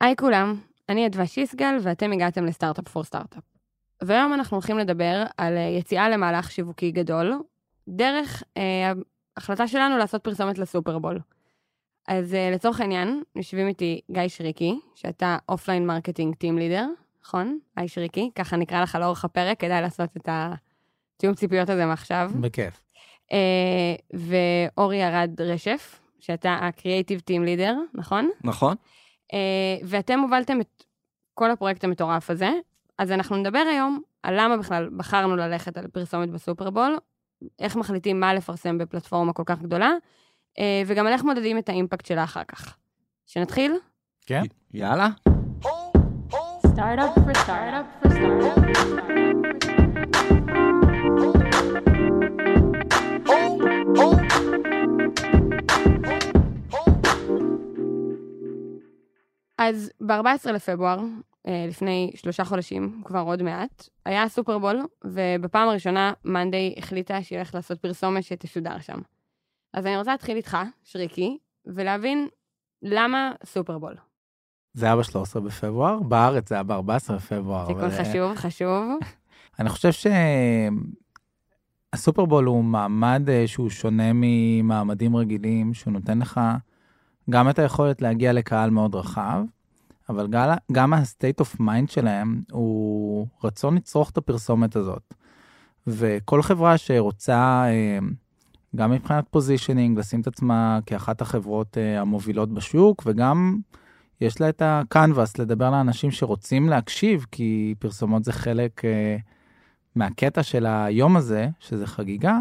היי כולם, אני אדווה שיסגל ואתם הגעתם לסטארט-אפ פור סטארט-אפ. והיום אנחנו הולכים לדבר על יציאה למהלך שיווקי גדול, דרך ההחלטה שלנו לעשות פרסומת לסופרבול. אז לצורך העניין, יושבים איתי גיא שריקי, שאתה אופליין מרקטינג טים לידר, נכון? היי שריקי, ככה נקרא לך לאורך הפרק, כדאי לעשות את התיאום ציפיות הזה מעכשיו. בכיף. ואורי ארד רשף, שאתה הקריאייטיב טים לידר, נכון? נכון. ואתם הובלתם את כל הפרויקט המטורף הזה, אז אנחנו נדבר היום על למה בכלל בחרנו ללכת על פרסומת בסופרבול, איך מחליטים מה לפרסם בפלטפורמה כל כך גדולה, וגם על איך מודדים את האימפקט שלה אחר כך. שנתחיל? כן. יאללה. Startup for startup for startup. אז ב-14 לפברואר, לפני 3 חודשים, כבר עוד מעט, היה סופרבול, ובפעם הראשונה מנדי החליטה שהיא הולכת לעשות פרסומת שתשודר שם. אז אני רוצה להתחיל איתך, שריקי, ולהבין למה סופרבול. זה היה ב-13 בפברואר, בארץ זה היה ב-14 בפברואר. תיקון חשוב. אני חושב שהסופרבול הוא מעמד שהוא שונה ממעמדים רגילים, שהוא נותן לך גם את היכולת להגיע לקהל מאוד רחב, אבל גם ה-state of mind שלהם הוא רצון לצרוך את הפרסומת הזאת. וכל חברה שרוצה, גם מבחינת פוזישנינג, לשים את עצמה כאחת החברות המובילות בשוק, וגם יש לה את הקנבס לדבר לאנשים שרוצים להקשיב, כי פרסומות זה חלק מהקטע של היום הזה, שזה חגיגה.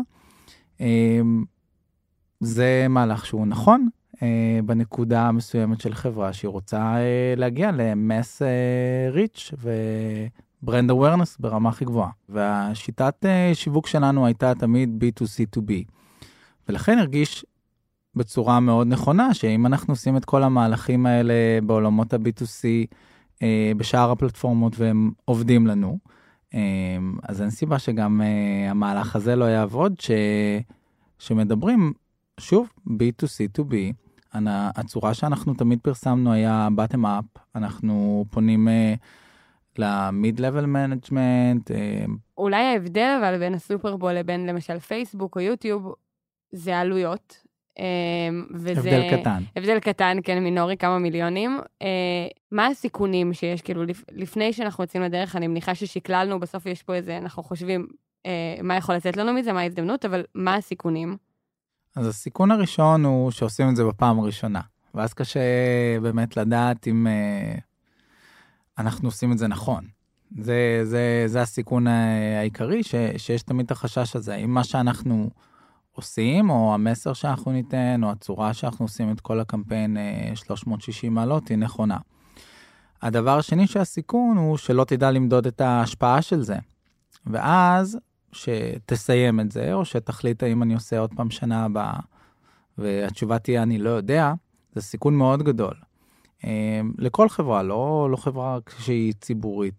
זה מהלך שהוא נכון, בנקודה מסוימת של חברה שהיא רוצה להגיע למס ריץ' וברנד אווירנס ברמה הכי גבוהה. והשיטת שיווק שלנו הייתה תמיד B2C2B. ולכן הרגיש בצורה מאוד נכונה, שאם אנחנו עושים את כל המהלכים האלה בעולמות ה-B2C בשאר הפלטפורמות והם עובדים לנו, אז אין סיבה שגם המהלך הזה לא יעבוד, שמדברים שוב B2C2B, הצורה שאנחנו תמיד פרסמנו היה bottom up, אנחנו פונים ל-mid-level management. אולי ההבדל אבל בין הסופרבול לבין למשל פייסבוק או יוטיוב, זה עלויות. הבדל קטן. הבדל קטן, כן, מינורי, כמה מיליונים. מה הסיכונים שיש, כאילו, לפני שאנחנו יוצאים לדרך, אני מניחה ששקללנו, בסוף יש פה איזה, אנחנו חושבים מה יכול לצאת לנו מזה, מה ההזדמנות, אבל מה הסיכונים? אז הסיכון הראשון הוא שעושים את זה בפעם הראשונה, ואז קשה באמת לדעת אם אנחנו עושים את זה נכון. זה הסיכון העיקרי, שיש תמיד את החשש הזה. אם מה שאנחנו עושים, או המסר שאנחנו ניתן, או הצורה שאנחנו עושים את כל הקמפיין 360 מעלות, היא נכונה. הדבר השני שהסיכון הוא שלא תדע למדוד את ההשפעה של זה. ואז שתסיים את זה, או שתחליט האם אני עושה עוד פעם שנה הבאה, והתשובה תהיה אני לא יודע, זה סיכון מאוד גדול. לכל חברה, לא חברה שהיא ציבורית.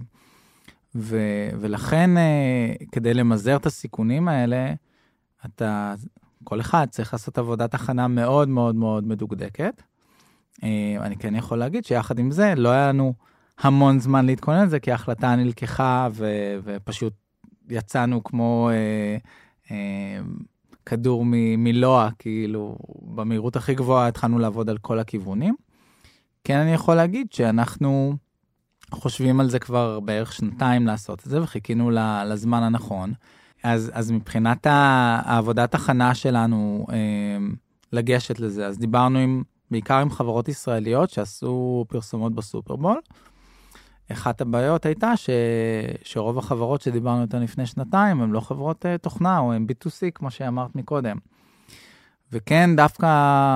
ולכן, כדי למזער את הסיכונים האלה, כל אחד צריך לעשות עבודת הכנה מאוד מאוד מאוד מדוקדקת. אני כן יכול להגיד שיחד עם זה, לא היה לנו המון זמן להתכונן את זה, כי ההחלטה נלקחה ופשוט יצאנו כמו כדור מלוע, כאילו במהירות הכי גבוהה התחלנו לעבוד על כל הכיוונים. כן אני יכול להגיד שאנחנו חושבים על זה כבר בערך 2 לעשות את זה, וחיכינו לזמן הנכון. אז מבחינת העבודת הכנה שלנו לגשת לזה, אז דיברנו בעיקר עם חברות ישראליות שעשו פרסומות בסופרבול. אחת הבעיות הייתה שרוב החברות שדיברנו איתן לפני 2 הן לא חברות תוכנה, או הן B2C, כמו שאמרת מקודם. וכן, דווקא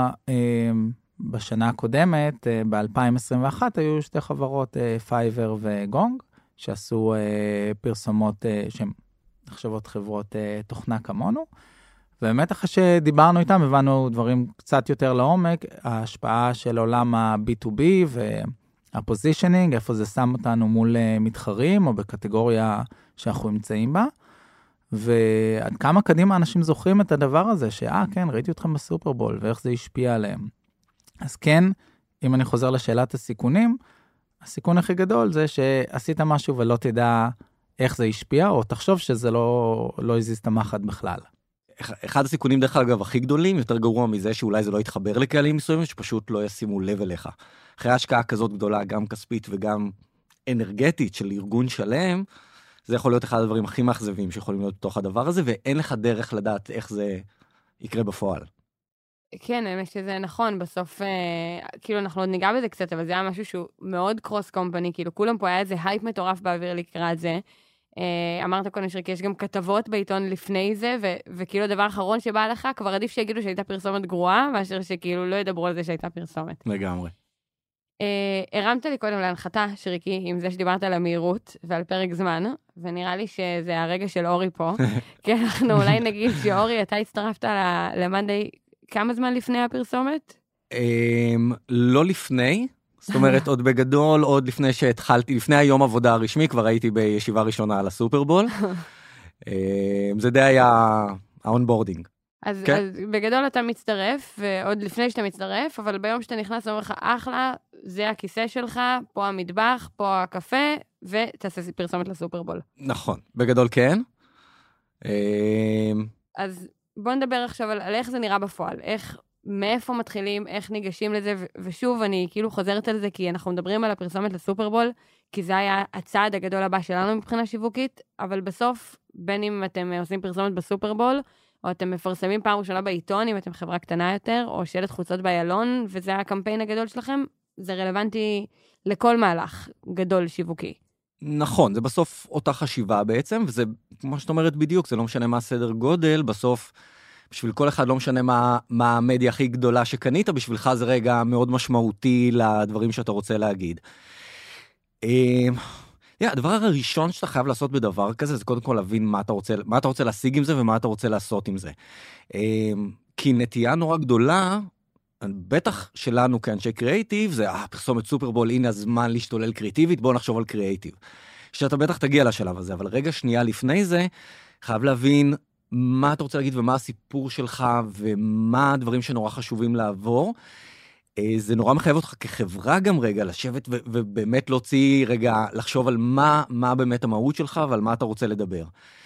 בשנה הקודמת, ב-2021, היו 2 חברות, פייבר וגונג, שעשו פרסומות שהן נחשבות חברות תוכנה כמונו. ובאמת אחרי שדיברנו איתם, הבנו דברים קצת יותר לעומק, ההשפעה של עולם ה-B2B והפוזישנינג, איפה זה שם אותנו מול מתחרים, או בקטגוריה שאנחנו נמצאים בה, ועד כמה קדימה אנשים זוכרים את הדבר הזה, כן, ראיתי אתכם בסופרבול, ואיך זה השפיע עליהם. אז כן, אם אני חוזר לשאלת הסיכונים, הסיכון הכי גדול זה שעשית משהו ולא תדע איך זה השפיע, או תחשוב שזה לא הזיז את המחט בכלל. אחד הסיכונים דרך אגב הכי גדולים, יותר גרוע מזה שאולי זה לא יתחבר לקהלים מסוימים, שפשוט לא ישימו לב אליך. אחרי השקעה כזאת גדולה, גם כספית וגם אנרגטית של ארגון שלם, זה יכול להיות אחד הדברים הכי מאכזבים שיכולים להיות בתוך הדבר הזה, ואין לך דרך לדעת איך זה יקרה בפועל. כן, האמת שזה נכון, בסוף, כאילו אנחנו עוד ניגע בזה קצת, אבל זה היה משהו שהוא מאוד קרוס קומפני, כאילו כולם פה היה איזה הייפ מטורף באוויר לקראת זה. אמרת קודם שריקי, יש גם כתבות בעיתון לפני זה, וכאילו הדבר האחרון שבא לך, כבר עדיף שיגידו שהייתה פרסומת גרועה, מאשר שכאילו לא ידברו על זה שהייתה פרסומת. לגמרי. הרמת לי קודם להנחתה, שריקי, עם זה שדיברת על המהירות ועל פרק זמן, ונראה לי שזה הרגע של אורי פה, כי אנחנו אולי נגיד שאורי, אתה הצטרפת למנדי כמה זמן לפני הפרסומת? לא לפני, זאת אומרת, עוד בגדול, עוד לפני שהתחלתי, לפני היום עבודה הרשמי, כבר הייתי בישיבה ראשונה על הסופרבול. זה די היה האונבורדינג. אז בגדול אתה מצטרף, ועוד לפני שאתה מצטרף, אבל ביום שאתה נכנס, אומר לך, אחלה, זה הכיסא שלך, פה המטבח, פה הקפה, ותעשה פרסומת לסופרבול. נכון, בגדול כן. אז בוא נדבר עכשיו על איך זה נראה בפועל, מאיפה מתחילים, איך ניגשים לזה, ושוב, אני כאילו חוזרת על זה, כי אנחנו מדברים על הפרסומת לסופרבול, כי זה היה הצעד הגדול הבא שלנו מבחינה שיווקית, אבל בסוף, בין אם אתם עושים פרסומת בסופרבול, או אתם מפרסמים פעם ראשונה בעיתון, אם אתם חברה קטנה יותר, או שלט חוצות באיילון, וזה הקמפיין הגדול שלכם, זה רלוונטי לכל מהלך גדול שיווקי. נכון, זה בסוף אותה חשיבה בעצם, וזה, כמו שאת אומרת בדיוק, זה לא משנה מה הסדר גודל, בסוף, בשביל כל אחד לא משנה מה המדיה הכי גדולה שקנית, בשבילך זה רגע מאוד משמעותי לדברים שאתה רוצה להגיד. הדבר הראשון שאתה חייב לעשות בדבר כזה, זה קודם כל להבין מה אתה רוצה להשיג עם זה, ומה אתה רוצה לעשות עם זה. כי נטייה נורא גדולה, בטח שלנו כאנשי קריאיטיב, זה פרסומת סופרבול, הנה הזמן להשתולל קריאיטיבית, בואו נחשוב על קריאיטיב. שאתה בטח תגיע לשלב הזה, אבל רגע שנייה לפני זה, חייב להבין מה אתה רוצה להגיד ומה הסיפור שלך, ומה הדברים שנורא חשובים לעבור. זה נורא מחייב אותך כחברה גם רגע לשבת ובאמת להוציא רגע, לחשוב על מה באמת המהות שלך ועל מה אתה רוצה לדבר.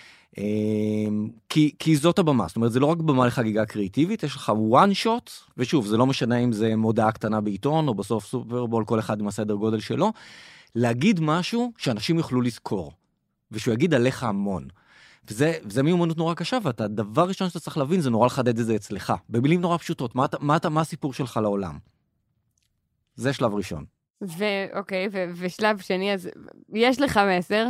כי זאת הבמה, זאת אומרת, זה לא רק במה לחגיגה קריאיטיבית, יש לך one shot, ושוב, זה לא משנה אם זה מודעה קטנה בעיתון, או בסוף סופרבול, כל אחד עם הסדר גודל שלו, להגיד משהו שאנשים יוכלו לזכור, ושהוא יגיד עליך המון. וזה מיומנות נורא קשה, ואתה, דבר ראשון שאתה צריך להבין, זה נורא לחדד את זה אצלך, במילים נורא פשוטות, מה הסיפור שלך לעולם? זה שלב ראשון. אוקיי, ושלב שני, אז יש לך מסר?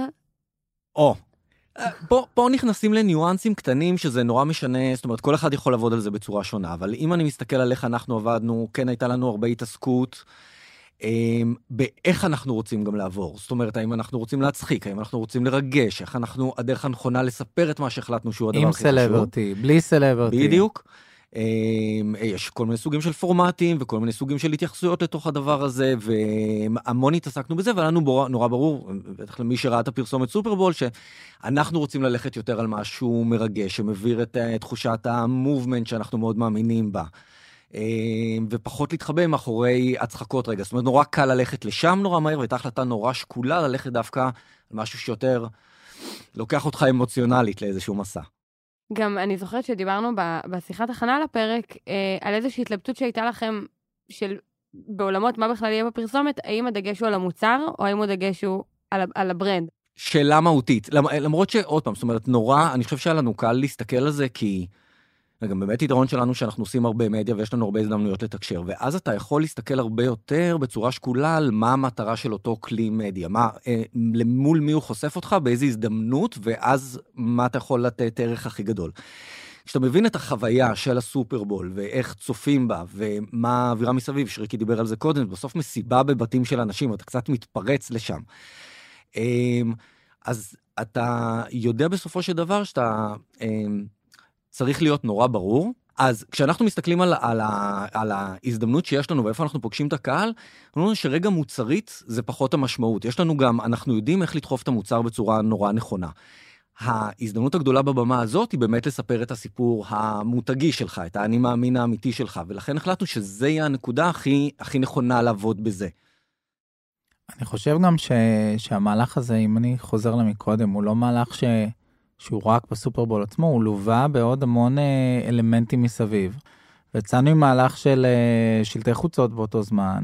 פה נכנסים לניואנסים קטנים שזה נורא משנה, זאת אומרת, כל אחד יכול לעבוד על זה בצורה שונה, אבל אם אני מסתכל על איך אנחנו עבדנו, כן הייתה לנו הרבה התעסקות, באיך אנחנו רוצים גם לעבור. זאת אומרת, האם אנחנו רוצים להצחיק, האם אנחנו רוצים לרגש, איך הדרך הנכונה לספר את מה שהחלטנו שהוא הדבר הכי חשוב. עם סלברטי, בלי סלברטי. בדיוק. יש כל מיני סוגים של פורמטים, וכל מיני סוגים של התייחסויות לתוך הדבר הזה, והמון התעסקנו בזה, ולנו נורא ברור, בטח למי שראה את הפרסומת סופרבול, שאנחנו רוצים ללכת יותר על משהו מרגש, שמביר את תחושת המובמנט שאנחנו מאוד מאמינים בה, ופחות להתחבא מאחורי הצחקות רגע. זאת אומרת, נורא קל ללכת לשם נורא מהר, והייתה החלטה נורא שקולה ללכת דווקא על משהו שיותר לוקח אותך אמוציונלית לאיזשהו מסע. גם אני זוכרת שדיברנו בשיחת הכנה לפרק, על איזושהי התלבטות שהייתה לכם בעולמות מה בכלל יהיה בפרסומת, האם הדגש הוא על המוצר, או האם הדגש הוא על הברנד? שאלה מהותית, למרות שעוד פעם, זאת אומרת, נורא, אני חושב שהיה לנו קל להסתכל על זה, כי גם באמת יתרון שלנו שאנחנו עושים הרבה מדיה, ויש לנו הרבה הזדמנויות לתקשר, ואז אתה יכול להסתכל הרבה יותר בצורה שקולה על מה המטרה של אותו כלי מדיה, למול מי הוא חושף אותך, באיזו הזדמנות, ואז מה אתה יכול לתת ערך הכי גדול. כשאתה מבין את החוויה של הסופרבול, ואיך צופים בה, ומה האווירה מסביב, שריקי דיבר על זה קודם, בסוף מסיבה בבתים של אנשים, אתה קצת מתפרץ לשם. אז אתה יודע בסופו של דבר שאתה צריך להיות נורא ברור. אז כשאנחנו מסתכלים על ההזדמנות שיש לנו ואיפה אנחנו פוגשים את הקהל, אנחנו אומרים שרגע מוצרית זה פחות המשמעות. יש לנו גם, אנחנו יודעים איך לדחוף את המוצר בצורה נורא נכונה. ההזדמנות הגדולה בבמה הזאת היא באמת לספר את הסיפור המותגי שלך, את האני מאמין האמיתי שלך, ולכן החלטנו שזה יהיה הנקודה הכי נכונה לעבוד בזה. אני חושב גם שהמהלך הזה, אם אני חוזר למקודם, הוא לא מהלך שהוא רק בסופרבול עצמו, הוא לווה בעוד המון אלמנטים מסביב. ויצאנו עם מהלך של שלטי חוצות באותו זמן,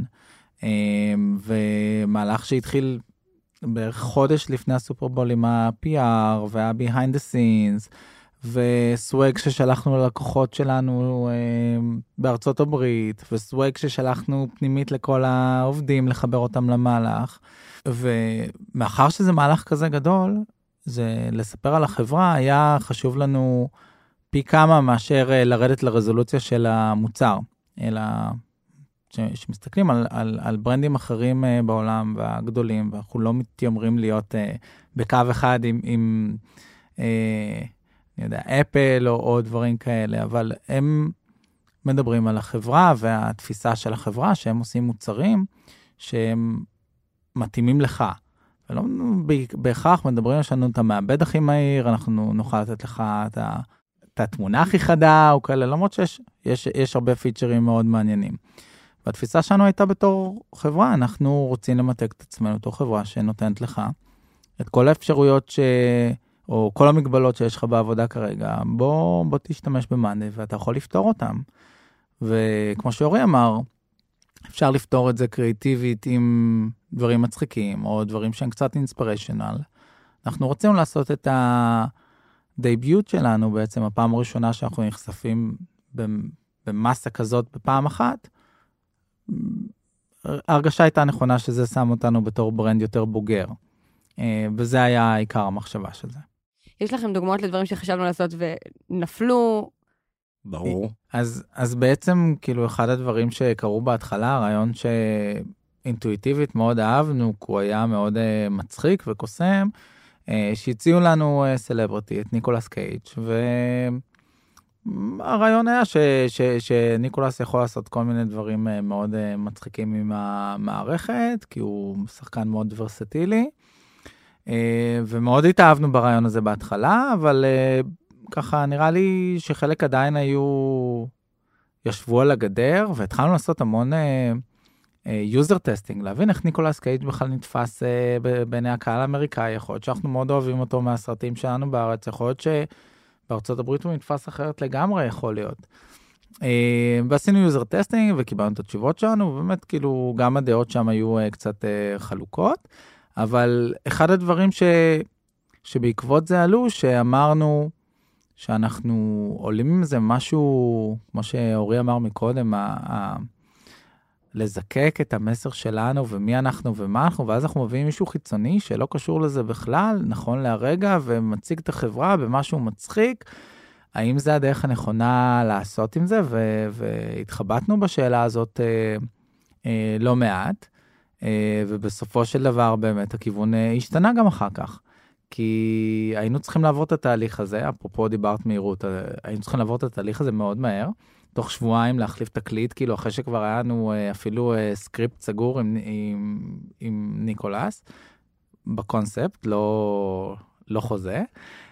ומהלך שהתחיל בערך חודש לפני הסופרבול עם ה-PR וה-Behind the Scenes, וסווג ששלחנו ללקוחות שלנו בארצות הברית, וסווג ששלחנו פנימית לכל העובדים לחבר אותם למהלך. ומאחר שזה מהלך כזה גדול, זה לספר על החברה היה חשוב לנו פי כמה מאשר לרדת לרזולוציה של המוצר, אלא שמסתכלים על ברנדים אחרים בעולם והגדולים, ואנחנו לא מתיימרים להיות בקו אחד עם אני יודע, אפל או דברים כאלה, אבל הם מדברים על החברה והתפיסה של החברה, שהם עושים מוצרים שהם מתאימים לך. ולא בהכרח מדברים, יש לנו את המעבד הכי מהיר, אנחנו נוכל לתת לך את התמונה הכי חדה, או כאלה, למרות שיש הרבה פיצ'רים מאוד מעניינים. והתפיסה שלנו הייתה בתור חברה, אנחנו רוצים למתק את עצמנו בתור חברה שנותנת לך את כל האפשרויות או כל המגבלות שיש לך בעבודה כרגע, בוא תשתמש במאנדי ואתה יכול לפתור אותם. וכמו שאורי אמר, אפשר לפתור את זה קריאטיבית עם דברים מצחיקים, או דברים שהם קצת אינספיריישנל. אנחנו רוצים לעשות את הדייביוט שלנו, בעצם הפעם הראשונה שאנחנו נחשפים במסה כזאת בפעם אחת, ההרגשה הייתה נכונה שזה שם אותנו בתור ברנד יותר בוגר. וזה היה עיקר המחשבה של זה. יש לכם דוגמאות לדברים שחשבנו לעשות ונפלו? ברור. אז בעצם, כאילו, אחד הדברים שקרו בהתחלה, הרעיון שאינטואיטיבית מאוד אהבנו, הוא היה מאוד מצחיק וקוסם, שהציעו לנו סלבריטי, את ניקולס קייג', והרעיון היה שניקולס יכול לעשות כל מיני דברים מאוד מצחיקים עם המערכת, כי הוא שחקן מאוד ורסטילי, ומאוד התאהבנו ברעיון הזה בהתחלה, אבל ככה נראה לי שחלק עדיין ישבו על הגדר, והתחלנו לעשות המון user testing, להבין איך ניקולס קייג' בכלל נתפס בעיני הקהל האמריקאי, יכול להיות שאנחנו מאוד אוהבים אותו מהסרטים שלנו בארץ, יכול להיות שבארצות הברית הוא נתפס אחרת לגמרי, יכול להיות. ועשינו user testing וקיבלנו את התשובות שלנו, ובאמת כאילו גם הדעות שם היו קצת חלוקות, אבל אחד הדברים שבעקבות זה עלו, שאמרנו שאנחנו עולים עם זה משהו, כמו שאורי אמר מקודם, לזקק את המסר שלנו ומי אנחנו ומה אנחנו, ואז אנחנו מביאים מישהו חיצוני שלא קשור לזה בכלל, נכון להרגע, ומציג את החברה במשהו מצחיק. האם זה הדרך הנכונה לעשות עם זה? והתחבטנו בשאלה הזאת לא מעט, ובסופו של דבר באמת הכיוון השתנה גם אחר כך. כי היינו צריכים לעבור את התהליך הזה, אפרופו דיברת מהירות, היינו צריכים לעבור את התהליך הזה מאוד מהר, תוך שבועיים להחליף תקליט, כאילו אחרי שכבר היה לנו אפילו סקריפט סגור עם ניקולס, בקונספט, לא חוזה.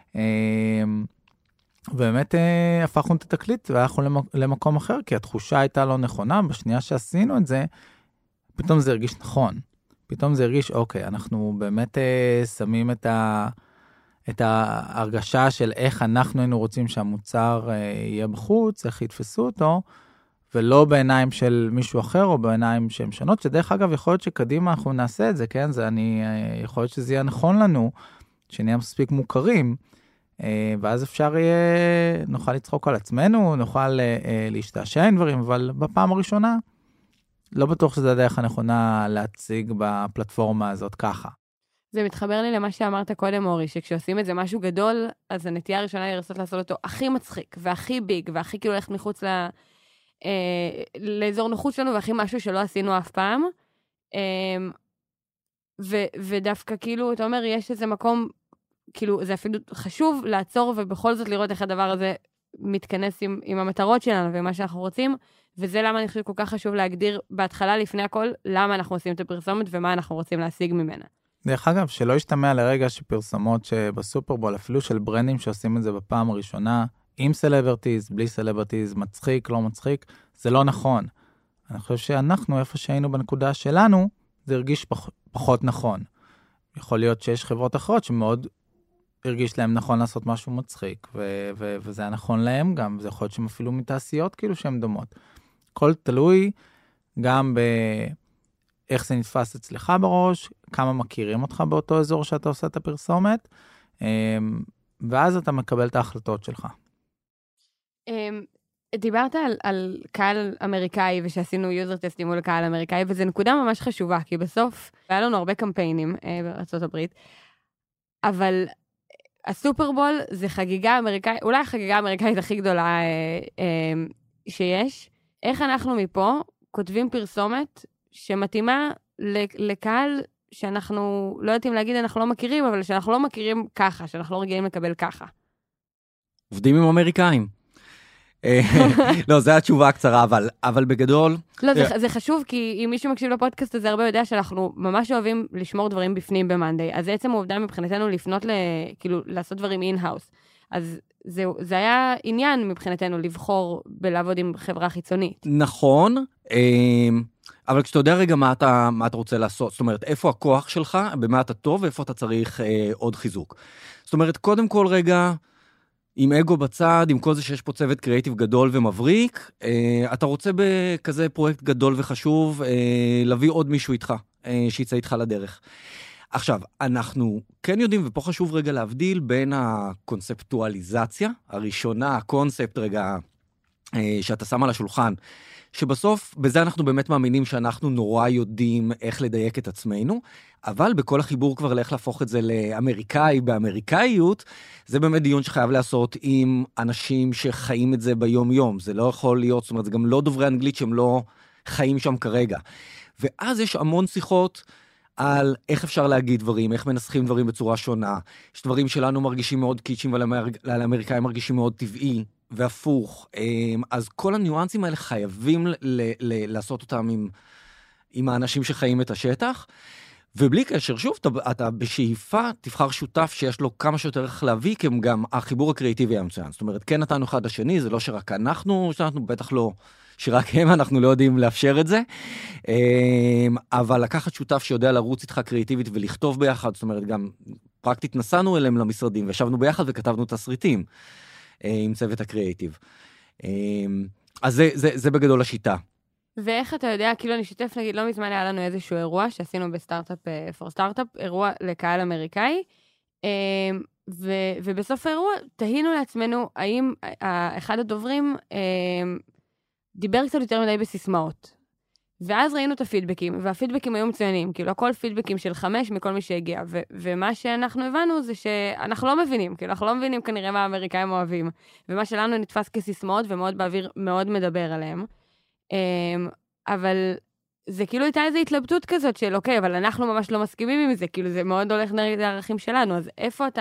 באמת הפכנו את התקליט והלכנו למקום אחר, כי התחושה הייתה לא נכונה, בשנייה שעשינו את זה, פתאום זה הרגיש נכון. פתאום זה הרגיש, אוקיי, אנחנו באמת שמים את ההרגשה של איך אנחנו היינו רוצים שהמוצר יהיה בחוץ, איך יתפסו אותו, ולא בעיניים של מישהו אחר, או בעיניים שהן שונות, שדרך אגב, יכול להיות שקדימה אנחנו נעשה את זה, כן? יכול להיות שזה יהיה נכון לנו, שנהיה מספיק מוכרים, ואז אפשר יהיה, נוכל לצחוק על עצמנו, נוכל להשתעשע עם דברים, אבל בפעם הראשונה, לא בטוח שזה הדרך הנכונה להציג בפלטפורמה הזאת ככה. זה מתחבר לי למה שאמרת קודם, אורי, שכשעושים את זה משהו גדול, אז הנטייה הראשונה היא לנסות לעשות אותו הכי מצחיק, והכי ביג, והכי כאילו ללכת מחוץ לאזור נוחות שלנו, והכי משהו שלא עשינו אף פעם. ודווקא כאילו, אתה אומר, יש איזה מקום, כאילו, זה אפילו חשוב לעצור, ובכל זאת לראות איך הדבר הזה מתכנס עם המטרות שלנו, ומה שאנחנו רוצים, וזה למה אני חושבת כל כך חשוב להגדיר בהתחלה, לפני הכל, למה אנחנו עושים את הפרסומת, ומה אנחנו רוצים להשיג ממנה. דרך אגב, שלא ישתמע לרגע שפרסומות שבסופרבול, אפילו של ברנדים שעושים את זה בפעם הראשונה, עם סלברטיז, בלי סלברטיז, מצחיק, לא מצחיק, זה לא נכון. אני חושב שאנחנו, איפה שהיינו בנקודה שלנו, זה הרגיש פחות נכון. יכול להיות שיש חברות אחרות שמאוד הרגיש להם נכון לעשות משהו מצחיק, וזה היה נכון להם גם, וזה יכול להיות שהם אפילו מתעשיות כאילו שהן דומות. הכל תלוי גם איך זה נתפס אצלך בראש, כמה מכירים אותך באותו אזור שאתה עושה את הפרסומת, ואז אתה מקבל את ההחלטות שלך. דיברת על קהל אמריקאי, ושעשינו יוזר טסטים מול קהל אמריקאי, וזו נקודה ממש חשובה, כי בסוף היה לנו הרבה קמפיינים בארצות הברית, אבל הסופרבול זה חגיגה אמריקאית, אולי החגיגה האמריקאית הכי גדולה שיש. איך אנחנו מפה כותבים פרסומת שמתאימה לקהל שאנחנו לא יודעים להגיד, אנחנו לא מכירים, אבל שאנחנו לא מכירים ככה, שאנחנו לא רגילים לקבל ככה. עובדים עם אמריקאים. לא, זו התשובה הקצרה, אבל בגדול... לא, זה חשוב, כי אם מישהו מקשיב לפודקאסט הזה, הרבה יודע שאנחנו ממש אוהבים לשמור דברים בפנים במאנדיי, אז זה עצם העובדה מבחינתנו לפנות כאילו, לעשות דברים אין-האוס. אז זה היה עניין מבחינתנו לבחור בלעבוד עם חברה חיצונית. נכון, אבל כשאתה יודע רגע מה אתה רוצה לעשות, זאת אומרת, איפה הכוח שלך, במה אתה טוב, ואיפה אתה צריך עוד חיזוק. זאת אומרת, קודם כל רגע, עם אגו בצד, עם כל זה שיש פה צוות קריאיטיב גדול ומבריק, אתה רוצה בכזה פרויקט גדול וחשוב, להביא עוד מישהו איתך, שיצא איתך לדרך. עכשיו, אנחנו כן יודעים, ופה חשוב רגע להבדיל בין הקונספטואליזציה, הראשונה, הקונספט רגע, שאתה שם על השולחן, שבסוף, בזה אנחנו באמת מאמינים שאנחנו נורא יודעים איך לדייק את עצמנו, אבל בכל החיבור כבר לאיך להפוך את זה לאמריקאי, באמריקאיות, זה באמת דיון שחייב לעשות עם אנשים שחיים את זה ביום-יום. זה לא יכול להיות, זאת אומרת, זה גם לא דוברי אנגלית שהם לא חיים שם כרגע. ואז יש המון שיחות על איך אפשר להגיד דברים, איך מנסחים דברים בצורה שונה. יש דברים שלנו מרגישים מאוד קיצ'ים, ועל האמריקאים מרגישים מאוד טבעי. והפוך, אז כל הניואנסים האלה חייבים לעשות אותם עם האנשים שחיים את השטח, ובלי קשר, שוב, אתה בשאיפה תבחר שותף שיש לו כמה שיותר איך להביא, כי גם החיבור הקריאיטיבי המצוין. זאת אומרת, כן נתנו אחד לשני, זה לא שרק אנחנו, שאנחנו בטח לא, שרק הם, אנחנו לא יודעים לאפשר את זה, אבל לקחת שותף שיודע לרוץ איתך קריאיטיבית ולכתוב ביחד, זאת אומרת, גם פרקטית נסענו אליהם למשרדים, וישבנו ביחד וכתבנו תסריטים. עם צוות הקריאיטיב. אז זה בגדול השיטה. ואיך אתה יודע, כאילו אני שותף, נגיד, לא מזמן היה לנו איזשהו אירוע שעשינו בסטארט-אפ פור סטארט-אפ, אירוע לקהל אמריקאי, ובסוף האירוע תהינו לעצמנו, האם אחד הדוברים דיבר קצת יותר מדי בסיסמאות. ואז ראינו את הפידבקים, והפידבקים היו מצוינים, כאילו הכל פידבקים של 5 מכל מי שהגיע, ומה שאנחנו הבנו זה שאנחנו לא מבינים, כאילו אנחנו לא מבינים כנראה מה האמריקאים אוהבים, ומה שלנו נתפס כסיסמאות ומאוד באוויר מאוד מדבר עליהם, אבל זה כאילו הייתה איזו התלבטות כזאת של אוקיי, אבל אנחנו ממש לא מסכימים עם זה, כאילו זה מאוד הולך נגד הערכים שלנו, אז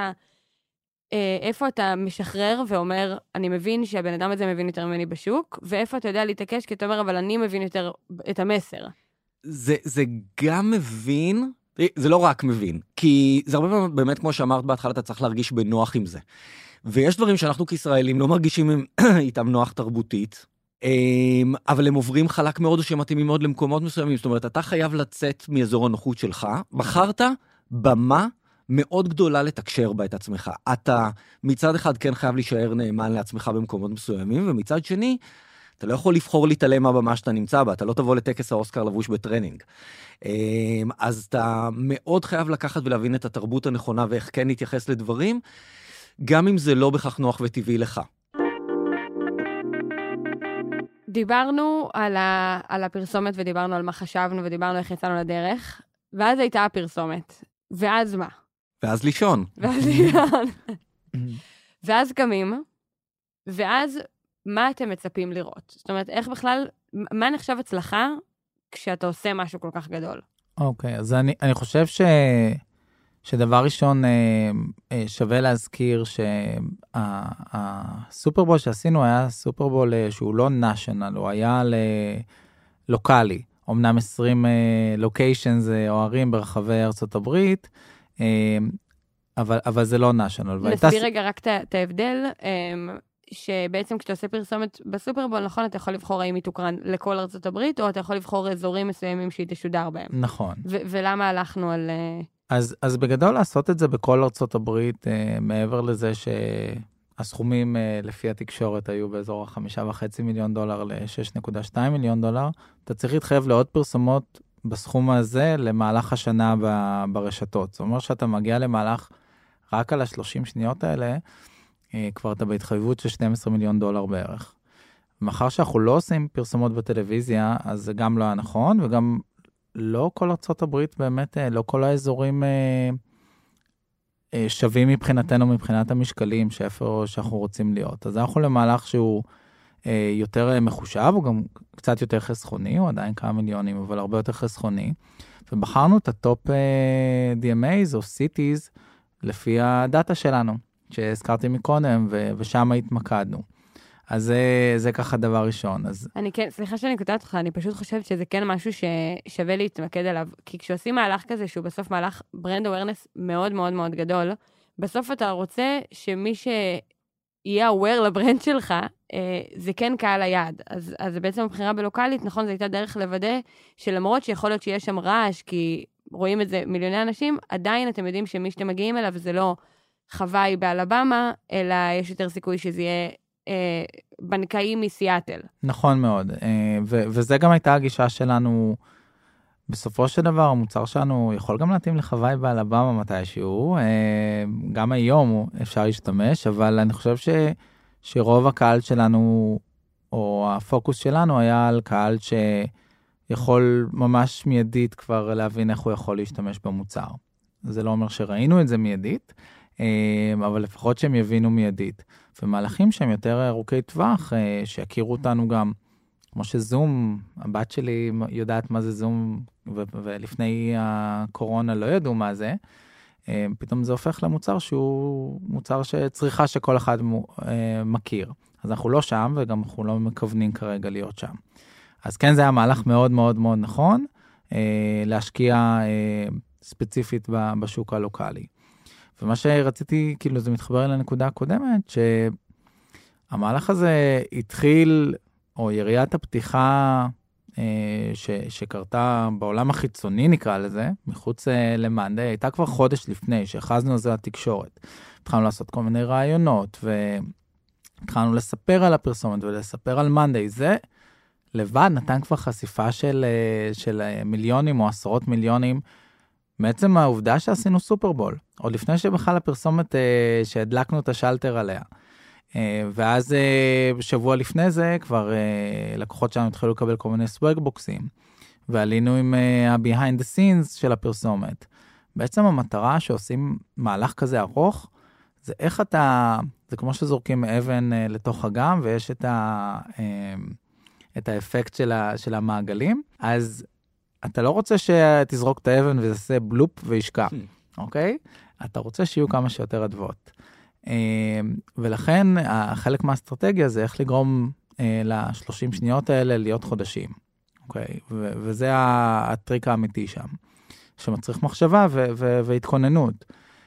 איפה אתה משחרר ואומר, אני מבין שהבן אדם הזה מבין יותר ממני בשוק, ואיפה אתה יודע להתעקש, כי אתה אומר, אבל אני מבין יותר את המסר. זה גם מבין, זה לא רק מבין, כי זה הרבה פעמים, באמת כמו שאמרת בהתחלה, אתה צריך להרגיש בנוח עם זה. ויש דברים שאנחנו כישראלים לא מרגישים איתם נוח תרבותית, אבל הם עוברים חלק מאוד או שמתאימים מאוד למקומות מסוימים. זאת אומרת, אתה חייב לצאת מאזור הנוחות שלך, בחרת במה מאוד גדולה לתקשר בה את עצמך. אתה מצד אחד כן חייב להישאר נאמן לעצמך במקומות מסוימים, ומצד שני, אתה לא יכול לבחור להתעלם מהבמה שאתה נמצא בה, אתה לא תבוא לטקס האוסקר לבוש בטרנינג. אז אתה מאוד חייב לקחת ולהבין את התרבות הנכונה, ואיך כן להתייחס לדברים, גם אם זה לא בכך נוח וטבעי לך. דיברנו על הפרסומת, ודיברנו על מה חשבנו, ודיברנו איך יצאנו לדרך, ואז הייתה הפרסומת. ואז מה? ואז לישון. ואז קמים, ואז מה אתם מצפים לראות? זאת אומרת, איך בכלל, מה נחשב הצלחה כשאתה עושה משהו כל כך גדול? אוקיי, אז אני חושב שדבר ראשון שווה להזכיר שהסופרבול שעשינו היה סופרבול שהוא לא נאשנל, הוא היה לוקלי. אומנם 20 לוקיישנס או ערים ברחבי ארצות הברית, אבל זה לא national. נסביר רגע רק את ההבדל, שבעצם כשאתה עושה פרסומת בסופרבול, נכון, אתה יכול לבחור האם היא תוקרן לכל ארצות הברית, או אתה יכול לבחור אזורים מסוימים שהיא תשודר בהם. נכון. ולמה הלכנו על... אז בגדול לעשות את זה בכל ארצות הברית, מעבר לזה שהסכומים לפי התקשורת היו באזור $5.5 מיליון ל$6.2 מיליון, אתה צריך להתחייב לעוד פרסומות בסכום הזה למהלך השנה ברשתות. זאת אומרת שאתה מגיע למהלך רק על 30 שניות האלה, כבר אתה בהתחייבות של $12 מיליון בערך. מאחר שאנחנו לא עושים פרסומות בטלוויזיה, אז זה גם לא היה נכון, וגם לא כל ארצות הברית באמת, לא כל האזורים שווים מבחינתנו, מבחינת המשקלים, שאיפה שאנחנו רוצים להיות. אז אנחנו למהלך שהוא יותר מחושב, הוא גם קצת יותר חסכוני, הוא עדיין כמה מיליונים, אבל הרבה יותר חסכוני. ובחרנו את הטופ DMAs או cities לפי הדאטה שלנו, שהזכרתי מקודם, ושם התמקדנו. אז זה ככה דבר ראשון. אני כן, סליחה שאני קוטעת אותך, אני פשוט חושבת שזה כן משהו ששווה להתמקד עליו, כי כשעושים מהלך כזה, שהוא בסוף מהלך ברנד אווירנס מאוד מאוד מאוד גדול, בסוף אתה רוצה שמי שיהיה aware לברנד שלך, זה כן קהל היעד. אז זה בעצם הבחירה בלוקלית, נכון, זו הייתה דרך לוודא, שלמרות שיכול להיות שיש שם רעש, כי רואים את זה מיליוני אנשים, עדיין אתם יודעים שמי שאתם מגיעים אליו, זה לא חוואי באלבמה, אלא יש יותר סיכוי שזה יהיה בנקאי מסיאטל. נכון מאוד, וזה גם הייתה הגישה שלנו, בסופו של דבר המוצר שלנו יכול גם להתאים לחוואי באלבמה מתישהו, גם היום אפשר להשתמש, אבל אני חושב שרוב הקהל שלנו, או הפוקוס שלנו היה על קהל שיכול ממש מיידית כבר להבין איך הוא יכול להשתמש במוצר. זה לא אומר שראינו את זה מיידית, אבל לפחות שהם יבינו מיידית. ומהלכים שהם יותר ארוכי טווח, שיכירו אותנו גם, כמו שזום, הבת שלי יודעת מה זה זום, ולפני הקורונה לא ידעו מה זה, פתאום זה הופך למוצר שהוא מוצר שצריכה שכל אחד מכיר. אז אנחנו לא שם, וגם אנחנו לא מכוונים כרגע להיות שם. אז כן, זה היה מהלך מאוד מאוד מאוד נכון, להשקיע ספציפית בשוק הלוקלי. ומה שרציתי, כאילו זה מתחבר לנקודה הקודמת, שהמהלך הזה התחיל, או יריית הפתיחה שקרתה בעולם החיצוני נקרא לזה, מחוץ למאנדי, הייתה כבר חודש לפני שהכרזנו על זה לתקשורת. התחלנו לעשות כל מיני רעיונות, והתחלנו לספר על הפרסומת ולספר על מאנדי. זה לבד נתן כבר חשיפה של מיליונים או עשרות מיליונים, בעצם העובדה שעשינו סופרבול, עוד לפני שבכלל הפרסומת שהדלקנו את השלטר עליה. ואז שבוע לפני זה כבר לקוחות שלנו התחילו לקבל כל מיני סוואגבוקסים, ועלינו עם ה-behind the scenes של הפרסומת. בעצם המטרה שעושים מהלך כזה ארוך, זה איך זה כמו שזורקים אבן לתוך אגם, ויש את האפקט של המעגלים, אז אתה לא רוצה שתזרוק את האבן וזה עושה בלופ וישקע, אוקיי? אתה רוצה שיהיו כמה שיותר אדוות. ולכן החלק מהאסטרטגיה זה איך לגרום ל-30 שניות האלה להיות חודשים, אוקיי? וזה הטריק האמיתי שם, שמצריך מחשבה והתכוננות.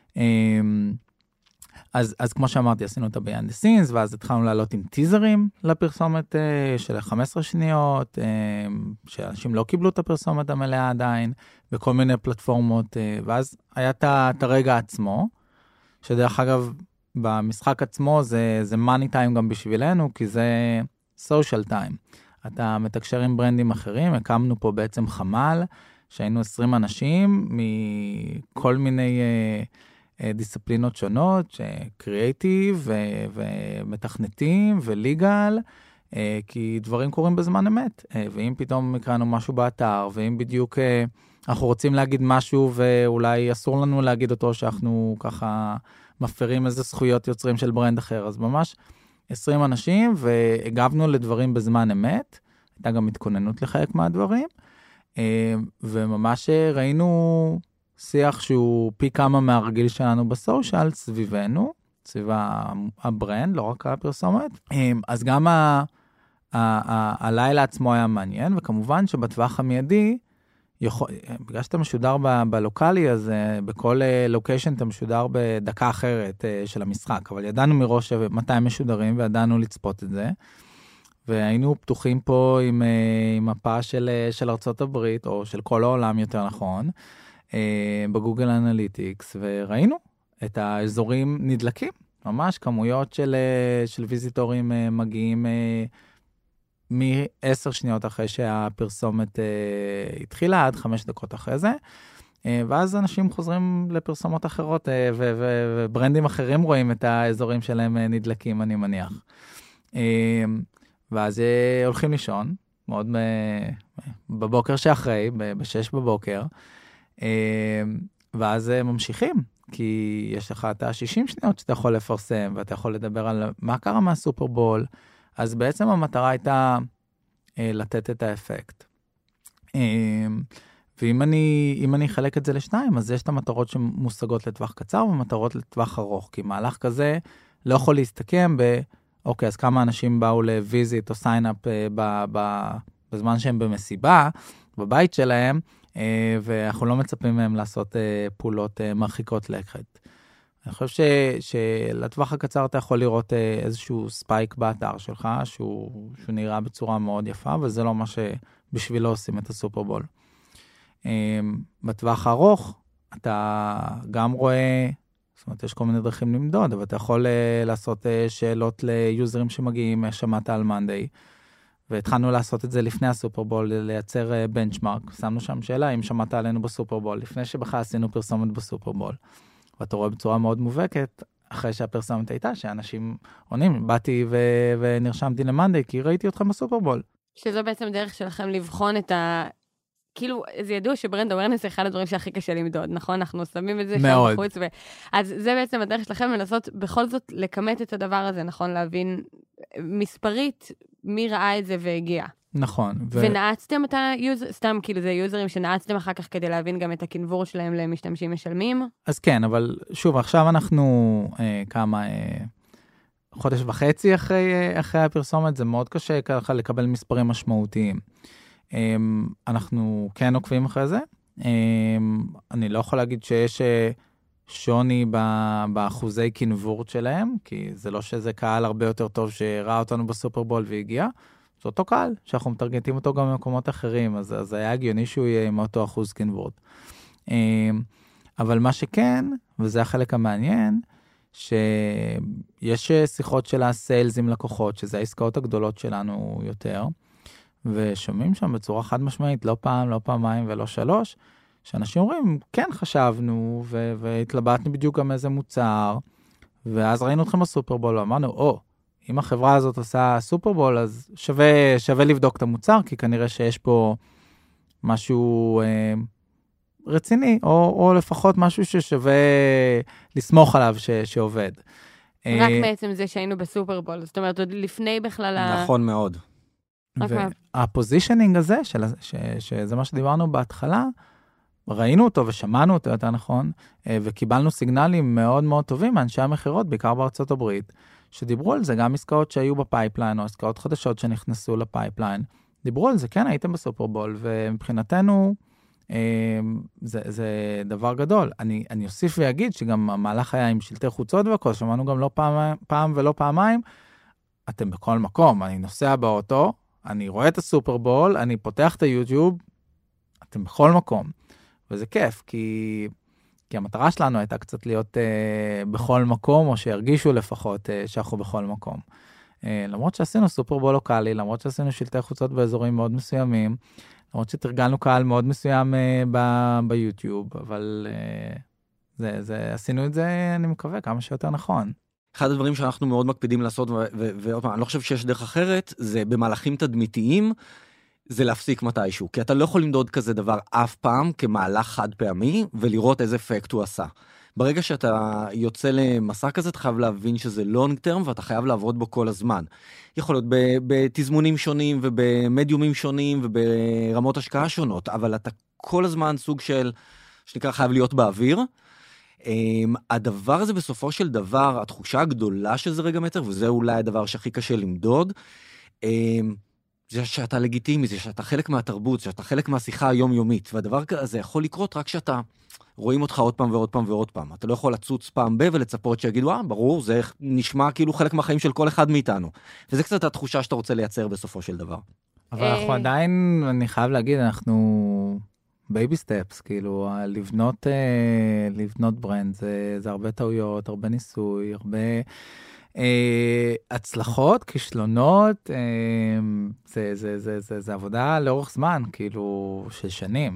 אז כמו שאמרתי, עשינו את ה-behind the scenes, ואז התחלנו לעלות עם טיזרים לפרסומת של 15 שניות, שאנשים לא קיבלו את הפרסומת המלאה עדיין, בכל מיני פלטפורמות, ואז היה את הרגע עצמו, שדרך אגב, במשחק עצמו זה money time גם בשבילנו, כי זה social time. אתה מתקשר עם ברנדים אחרים, הקמנו פה בעצם חמ"ל, שהיינו 20 אנשים מכל מיני דיסציפלינות שונות, קריאייטיב ומתכנתים וליגל, כי דברים קורים בזמן אמת. ואם פתאום הקראנו משהו באתר, ואם בדיוק אנחנו רוצים להגיד משהו ואולי אסור לנו להגיד אותו, שאנחנו ככה מפרים איזה זכויות יוצרים של ברנד אחר, אז ממש 20 אנשים והגבנו לדברים בזמן אמת, הייתה גם התכוננות לחלק מהדברים, וממש ראינו שיח שהוא פי כמה מהרגיל שלנו בסושיאל סביבנו, סביב הברנד, לא רק הפרסומת. אז גם הלילה עצמו היה מעניין, וכמובן שבטווח המיידי, בגלל שאתה משודר בלוקלי, אז בכל לוקיישן אתה משודר בדקה אחרת של המשחק, אבל ידענו מראש מתי משודרים, וידענו לצפות את זה, והיינו פתוחים פה עם מפה של ארצות הברית, או של כל העולם יותר נכון, בגוגל אנליטיקס, וראינו את האזורים נדלקים, ממש כמויות של ויזיטורים מגיעים מ10 שניות אחרי שהפרסומת התחילה, עד 5 דקות אחרי זה, ואז אנשים חוזרים לפרסומות אחרות, וברנדים אחרים רואים את האזורים שלהם נדלקים, אני מניח. ואז הולכים לישון, מאוד בבוקר שאחרי, ב-6 בבוקר, ואז ממשיכים, כי יש לך את ה-60 שניות שאתה יכול לפרסם, ואתה יכול לדבר על מה קרה מהסופרבול, אז בעצם המטרה הייתה לתת את האפקט. ואם אני אחלק את זה לשניים, אז יש את המטרות שמושגות לטווח קצר, ומטרות לטווח ארוך, כי מהלך כזה לא יכול להסתכם אוקיי, אז כמה אנשים באו לוויזיט או סיינאפ בזמן שהם במסיבה, בבית שלהם, ואנחנו לא מצפים מהם לעשות פעולות מרחיקות לכת. אני חושב שלטווח הקצר אתה יכול לראות איזשהו ספייק באתר שלך, שהוא נראה בצורה מאוד יפה, וזה לא מה שבשבילו עושים את הסופרבול. בטווח הארוך, אתה גם רואה, זאת אומרת, יש כל מיני דרכים למדוד, אבל אתה יכול לעשות שאלות ליוזרים שמגיעים, שמעת על מנדי, והתחלנו לעשות את זה לפני הסופרבול, לייצר בנצ'מרק. שמנו שם שאלה, אם שמעת עלינו בסופרבול, לפני שבכלל עשינו פרסומת בסופרבול. ואתה רואה בצורה מאוד מובהקת, אחרי שהפרסומת הייתה, שאנשים עונים, באתי ונרשמתי למנדי, כי ראיתי אתכם בסופרבול. שזו בעצם דרך שלכם לבחון את כאילו, זה ידוע שברנד אווירנס זה אחד הדברים שהכי קשה למדוד, נכון? אנחנו שמים את זה שם בחוץ, אז זה בעצם הדרך שלכם לנסות בכל זאת לקמת את הדבר הזה, נכון? להבין מספרית מי ראה את זה והגיע. נכון. ונעצתם את סתם כאילו זה יוזרים שנעצתם אחר כך כדי להבין גם את הכנבור שלהם למשתמשים משלמים? אז כן, אבל שוב, עכשיו אנחנו חודש וחצי אחרי הפרסומת, זה מאוד קשה ככה לקבל מספרים משמעותיים. אנחנו כן עוקבים אחרי זה. אני לא יכול להגיד שיש שוני באחוזי כנבורת שלהם, כי זה לא שזה קהל הרבה יותר טוב שראה אותנו בסופרבול והגיע. זה אותו קהל, שאנחנו מתרגטים אותו גם במקומות אחרים, אז היה הגיוני שהוא יהיה עם אותו אחוז כנבורת. אבל מה שכן, וזה החלק המעניין, שיש שיחות של הסיילס עם לקוחות, שזה העסקאות הגדולות שלנו יותר, ושומעים שם בצורה חד משמעית, לא פעם, לא פעמיים ולא 3, שאנשים אומרים, כן חשבנו, והתלבטנו בדיוק גם איזה מוצר, ואז ראינו אתכם בסופרבול, ואמרנו, אם החברה הזאת עושה סופרבול, אז שווה לבדוק את המוצר, כי כנראה שיש פה משהו רציני, או לפחות משהו ששווה לסמוך עליו שעובד. רק בעצם זה שהיינו בסופרבול, זאת אומרת, עוד לפני בכלל נכון מאוד. והפוזישנינג הזה, שזה מה שדיברנו בהתחלה, ראינו אותו ושמענו אותו, יותר נכון, וקיבלנו סיגנלים מאוד מאוד טובים מאנשי המחירות, בעיקר בארצות הברית, שדיברו על זה, גם עסקאות שהיו בפייפליין, או עסקאות חדשות שנכנסו לפייפליין, דיברו על זה, כן, הייתם בסופרבול, ומבחינתנו, זה דבר גדול. אני אוסיף ויגיד שגם המהלך היה עם שלטי חוצות והכל, שמענו גם לא פעם ולא פעמיים, אתם בכל מקום, אני נוסע באוטו, אני רואה את הסופרבול, אני פותח את היוטיוב, אתם בכל מקום. וזה כיף, כי המטרה שלנו הייתה קצת להיות בכל מקום, או שירגישו לפחות שאנחנו בכל מקום. למרות שעשינו סופרבול לוקלי, למרות שעשינו שלטי חוצות באזורים מאוד מסוימים, למרות שתרגלנו קהל מאוד מסוים ביוטיוב, אבל עשינו את זה, אני מקווה, כמה שיותר נכון. אחד הדברים שאנחנו מאוד מקפידים לעשות, ועוד פעם, אני לא חושב שיש דרך אחרת, זה במהלכים תדמיתיים, זה להפסיק מתישהו, כי אתה לא יכול למדוד כזה דבר אף פעם כמהלך חד פעמי, ולראות איזה אפקט הוא עשה. ברגע שאתה יוצא למסע כזה, אתה חייב להבין שזה long term, ואתה חייב לעבוד בו כל הזמן. יכול להיות בתזמונים שונים, ובמדיומים שונים, וברמות השקעה שונות, אבל אתה כל הזמן סוג של, שנקרא, חייב להיות באוויר. הדבר הזה בסופו של דבר, התחושה הגדולה שזה רגע מטר, וזה אולי הדבר שהכי קשה למדוד, זה שאתה לגיטימי, זה שאתה חלק מהתרבות, זה שאתה חלק מהשיחה היומיומית, והדבר הזה יכול לקרות רק שאתה רואים אותך עוד פעם ועוד פעם ועוד פעם. אתה לא יכול לצוץ פעם ולצפות שיגידו, ברור, זה נשמע כאילו חלק מהחיים של כל אחד מאיתנו. וזה קצת התחושה שאתה רוצה לייצר בסופו של דבר. אבל אנחנו עדיין, אני חייב להגיד, אנחנו בייבי סטפס, כאילו, לבנות ברנד, זה הרבה טעויות, הרבה ניסוי, הרבה הצלחות, כישלונות, זה עבודה לאורך זמן, כאילו, של שנים.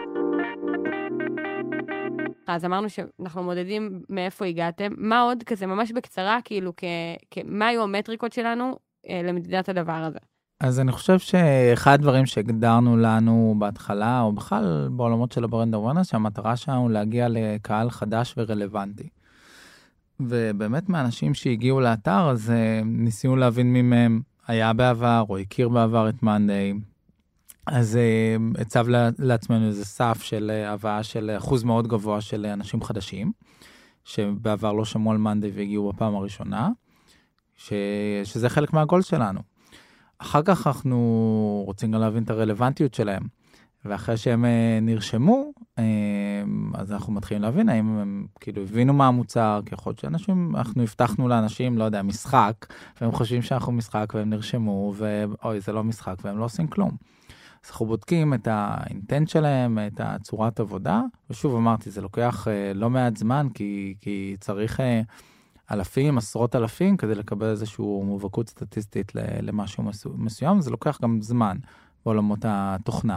אז אמרנו שאנחנו מודדים מאיפה הגעתם. מה עוד כזה, ממש בקצרה, כאילו, מה היו המטריקות שלנו למדידת הדבר הזה? אז אני חושב שאחד הדברים שהגדרנו לנו בהתחלה, או בכלל בעולמות של הברנד אווירנס, שהמטרה שלנו להגיע לקהל חדש ורלוונטי. ובאמת מהאנשים שהגיעו לאתר, אז ניסינו להבין מי מהם היה בעבר, או הכיר בעבר את מאנדיי. אז הצב לעצמנו איזה סף של הבאה של אחוז מאוד גבוה של אנשים חדשים, שבעבר לא שמעו על מאנדיי והגיעו בפעם הראשונה, שזה חלק מהגול שלנו. אחר כך אנחנו רוצים גם להבין את הרלוונטיות שלהם, ואחרי שהם נרשמו, אז אנחנו מתחילים להבין האם הם כאילו הבינו מה המוצר, ככל שאנשים, אנחנו הבטחנו לאנשים, לא יודע, משחק, והם חושבים שאנחנו משחק והם נרשמו, ואוי, זה לא משחק, והם לא עושים כלום. אז אנחנו בודקים את האינטנט שלהם, את הצורת עבודה, ושוב אמרתי, זה לוקח לא מעט זמן, כי צריך אלפים, עשרות אלפים, כדי לקבל איזושהי מובהקות סטטיסטית למשהו מסוים, זה לוקח גם זמן בעולמות התוכנה.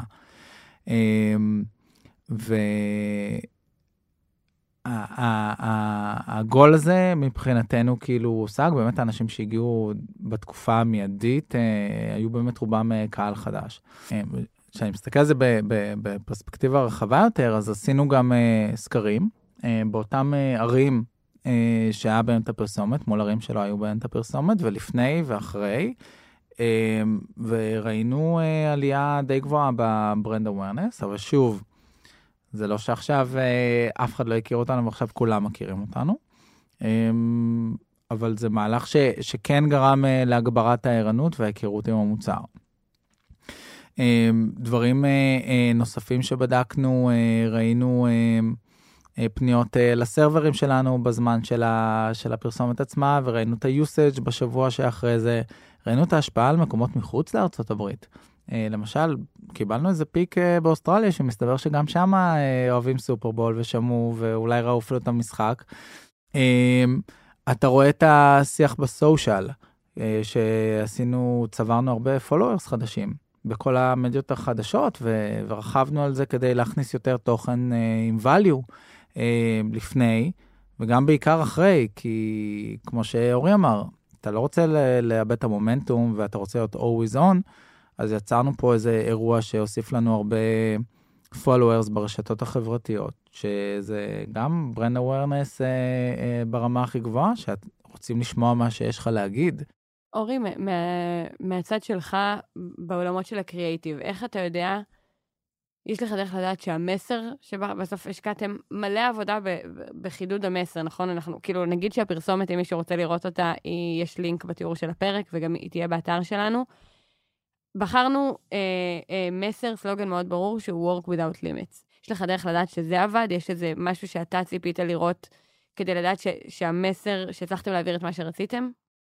והגול הזה מבחינתנו כאילו הושג, באמת האנשים שהגיעו בתקופה המיידית, היו באמת רובם קהל חדש. כשאני מסתכל על זה בפרספקטיבה רחבה יותר, אז עשינו גם סקרים, באותם ערים שהיה בהם את הפרסומת, מול ערים שלא היו בהם את הפרסומת, ולפני ואחרי, וראינו עלייה די גבוהה בברנד אווירנס, אבל שוב, זה לא שעכשיו אף אחד לא הכיר אותנו, ועכשיו כולם מכירים אותנו, אבל זה מהלך שכן גרם להגברת הערנות וההיכרות עם המוצר. דברים נוספים שבדקנו, ראינו פניות לסרברים שלנו בזמן של הפרסומת עצמה, וראינו את ה-usage בשבוע שאחרי זה, ראינו את ההשפעה על מקומות מחוץ לארצות הברית. למשל, קיבלנו איזה פיק באוסטרליה, שמסתבר שגם שם אוהבים סופרבול ושמעו, ואולי ראו אפילו את המשחק. אתה רואה את השיח בסושיאל, שעשינו, צברנו הרבה followers חדשים, בכל המדיות החדשות, ורחבנו על זה כדי להכניס יותר תוכן עם value לפני, וגם בעיקר אחרי, כי כמו שאורי אמר, אתה לא רוצה לאבד את המומנטום, ואתה רוצה להיות always on, אז יצרנו פה איזה אירוע שהוסיף לנו הרבה followers ברשתות החברתיות, שזה גם brand awareness ברמה הכי גבוהה, שאת רוצים לשמוע מה שיש לך להגיד. אורי, מהצד שלך בעולמות של הקריאייטיב, איך אתה יודע, יש לך דרך לדעת שהמסר שבסוף השקעתם מלא עבודה בחידוד המסר, נכון? אנחנו, כאילו, נגיד שהפרסומת, אם מישהו רוצה לראות אותה, יש לינק בתיאור של הפרק, וגם היא תהיה באתר שלנו. בחרנו מסר, סלוגן מאוד ברור, שהוא work without limits. יש לך דרך לדעת שזה עבד, יש איזה משהו שאתה ציפית לראות, כדי לדעת שהמסר, שהצלחתם להעביר את מה שרציתם?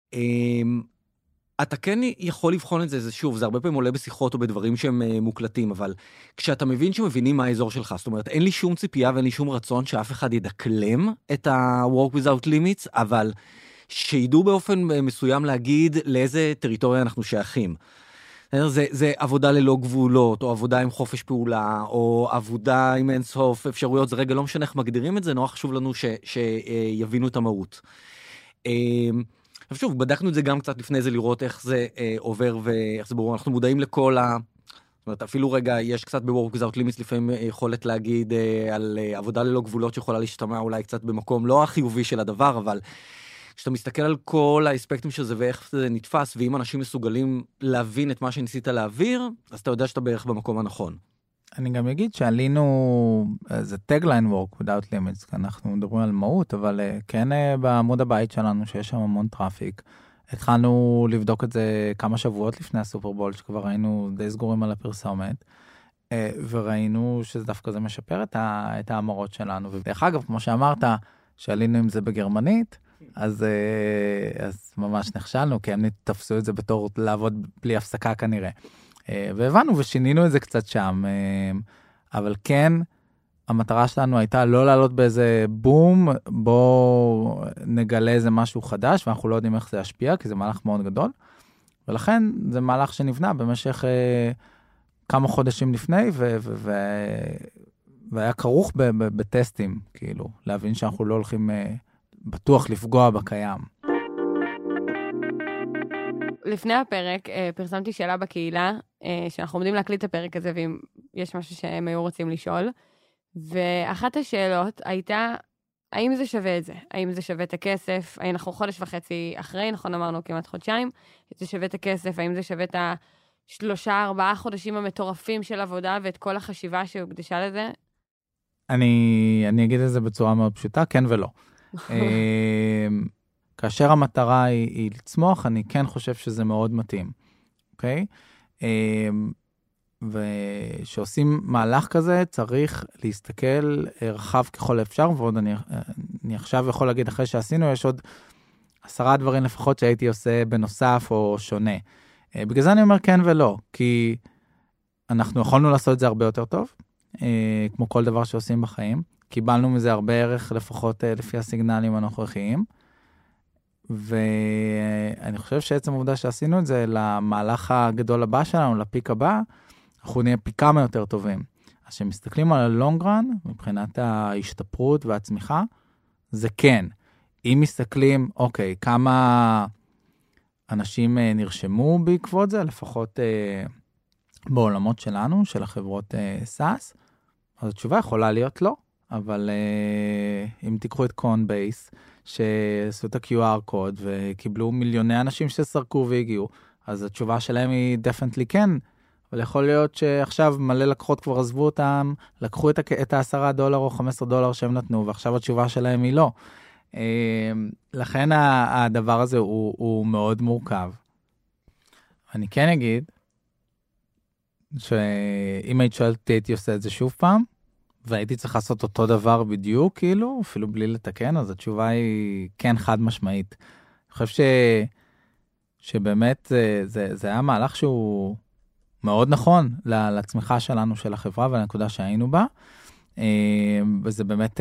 אתה כן יכול לבחון את זה, שוב, זה הרבה פעמים עולה בשיחות או בדברים שהם מוקלטים, אבל כשאתה מבין שמבינים מה האזור שלך, זאת אומרת, אין לי שום ציפייה ואין לי שום רצון שאף אחד ידקלם את ה-work without limits, אבל שידעו באופן מסוים להגיד לאיזה טריטוריה אנחנו שייכים. זה עבודה ללא גבולות, או עבודה עם חופש פעולה, או עבודה עם אין סוף אפשרויות, זה רגע לא משנה איך מגדירים את זה, נורא חשוב לנו שיבינו את המהות. שוב, בדקנו את זה גם קצת לפני זה, לראות איך זה עובר ואיך זה ברור. אנחנו מודעים לכל זאת אומרת, אפילו רגע, יש קצת ב-work without limits, לפעמים יכולת להגיד על עבודה ללא גבולות, שיכולה להשתמע אולי קצת במקום לא החיובי של הדבר, אבל כשאתה מסתכל על כל האספקטים של זה ואיך זה נתפס, ואם אנשים מסוגלים להבין את מה שניסית להעביר, אז אתה יודע שאתה בערך במקום הנכון. אני גם אגיד שעלינו, זה tagline work without limits, אנחנו מדברים על מהות, אבל כן בעמוד הבית שלנו שיש שם המון טראפיק, התחלנו לבדוק את זה כמה שבועות לפני הסופרבול, שכבר היינו די סגורים על הפרסומת, וראינו שזה דווקא זה משפר את האמרות שלנו. ודרך אגב, כמו שאמרת, שעלינו עם זה בגרמנית, אז ממש נכשלנו, כי הם תפסו את זה בתור לעבוד בלי הפסקה כנראה. והבנו ושינינו את זה קצת שם, אבל כן, המטרה שלנו הייתה לא לעלות באיזה בום, בוא נגלה איזה משהו חדש, ואנחנו לא יודעים איך זה ישפיע, כי זה מהלך מאוד גדול, ולכן זה מהלך שנבנה במשך כמה חודשים לפני, והיה כרוך בטסטים, כאילו, להבין שאנחנו לא הולכים בטוח לפגוע בקיים. לפני הפרק פרסמתי שאלה בקהילה, שאנחנו עומדים להקליט את הפרק הזה, ואם יש משהו שהם היו רוצים לשאול, ואחת השאלות הייתה, האם זה שווה את זה? האם זה שווה את הכסף? אנחנו חודש וחצי אחרי, נכון אמרנו כמעט חודשיים, זה שווה את הכסף? האם זה שווה את 3-4 חודשים המטורפים של עבודה, ואת כל החשיבה שהוקדשה לזה? אני אגיד את זה בצורה מאוד פשוטה, כן ולא. כאשר המטרה היא לצמוח, אני כן חושב שזה מאוד מתאים, אוקיי? ושעושים מהלך כזה, צריך להסתכל רחב ככל אפשר, ועוד אני עכשיו יכול להגיד, אחרי שעשינו, יש עוד 10 דברים לפחות שהייתי עושה בנוסף או שונה. בגלל זה אני אומר כן ולא, כי אנחנו יכולנו לעשות את זה הרבה יותר טוב, כמו כל דבר שעושים בחיים. קיבלנו מזה הרבה ערך, לפחות לפי הסיגנלים הנוכחיים, ואני חושב שעצם העובדה שעשינו את זה למהלך הגדול הבא שלנו, לפיק הבא, אנחנו נהיה פי כמה יותר טובים. אז כשמסתכלים על הלונגרן, מבחינת ההשתפרות והצמיחה, זה כן. אם מסתכלים, אוקיי, כמה אנשים נרשמו בעקבות זה, לפחות בעולמות שלנו, של החברות סאס, אז התשובה יכולה להיות לא. אבל אם תיקחו את קונבייס, שעשו את ה-QR קוד, וקיבלו מיליוני אנשים שסרקו והגיעו, אז התשובה שלהם היא definitely כן, אבל יכול להיות שעכשיו מלא לקוחות כבר עזבו אותם, לקחו את $10 או $15 שהם נתנו, ועכשיו התשובה שלהם היא לא. לכן הדבר הזה הוא מאוד מורכב. אני כן אגיד, שאם היית שואלת, הייתי עושה את זה שוב פעם, והייתי צריך לעשות אותו דבר בדיוק, כאילו, אפילו בלי לתקן, אז התשובה היא כן חד משמעית. אני חושב שבאמת זה היה מהלך שהוא מאוד נכון לצמיחה שלנו, של החברה, ולנקודה שהיינו בה, וזה באמת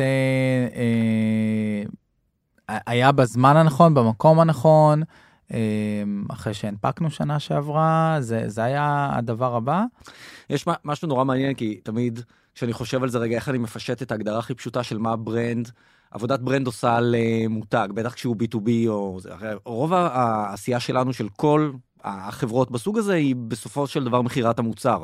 היה בזמן הנכון, במקום הנכון, אחרי שהנפקנו שנה שעברה, זה היה הדבר הבא. יש משהו נורא מעניין, כי תמיד כשאני חושב על זה רגע, איך אני מפשט את ההגדרה הכי פשוטה של מה ברנד, עבודת ברנד עושה על מותג, בטח כשהוא B2B או זה. רוב העשייה שלנו של כל החברות בסוג הזה, היא בסופו של דבר מחירת המוצר.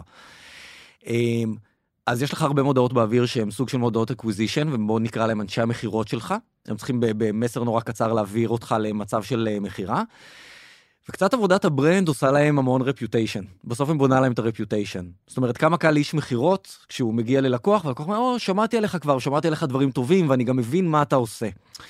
אז יש לך הרבה מודעות באוויר שהן סוג של מודעות אקוויזישן, ובואו נקרא להם אנשי המחירות שלך. הם צריכים במסר נורא קצר להעביר אותך למצב של מחירה. וקצת עבודת הברנד עושה להם המון רפיוטיישן. בסוף הם בונה להם את הרפיוטיישן. זאת אומרת, כמה קל איש מחירות כשהוא מגיע ללקוח, והלקוח אומר, שמעתי עליך כבר, שמעתי עליך דברים טובים, ואני גם מבין מה אתה עושה.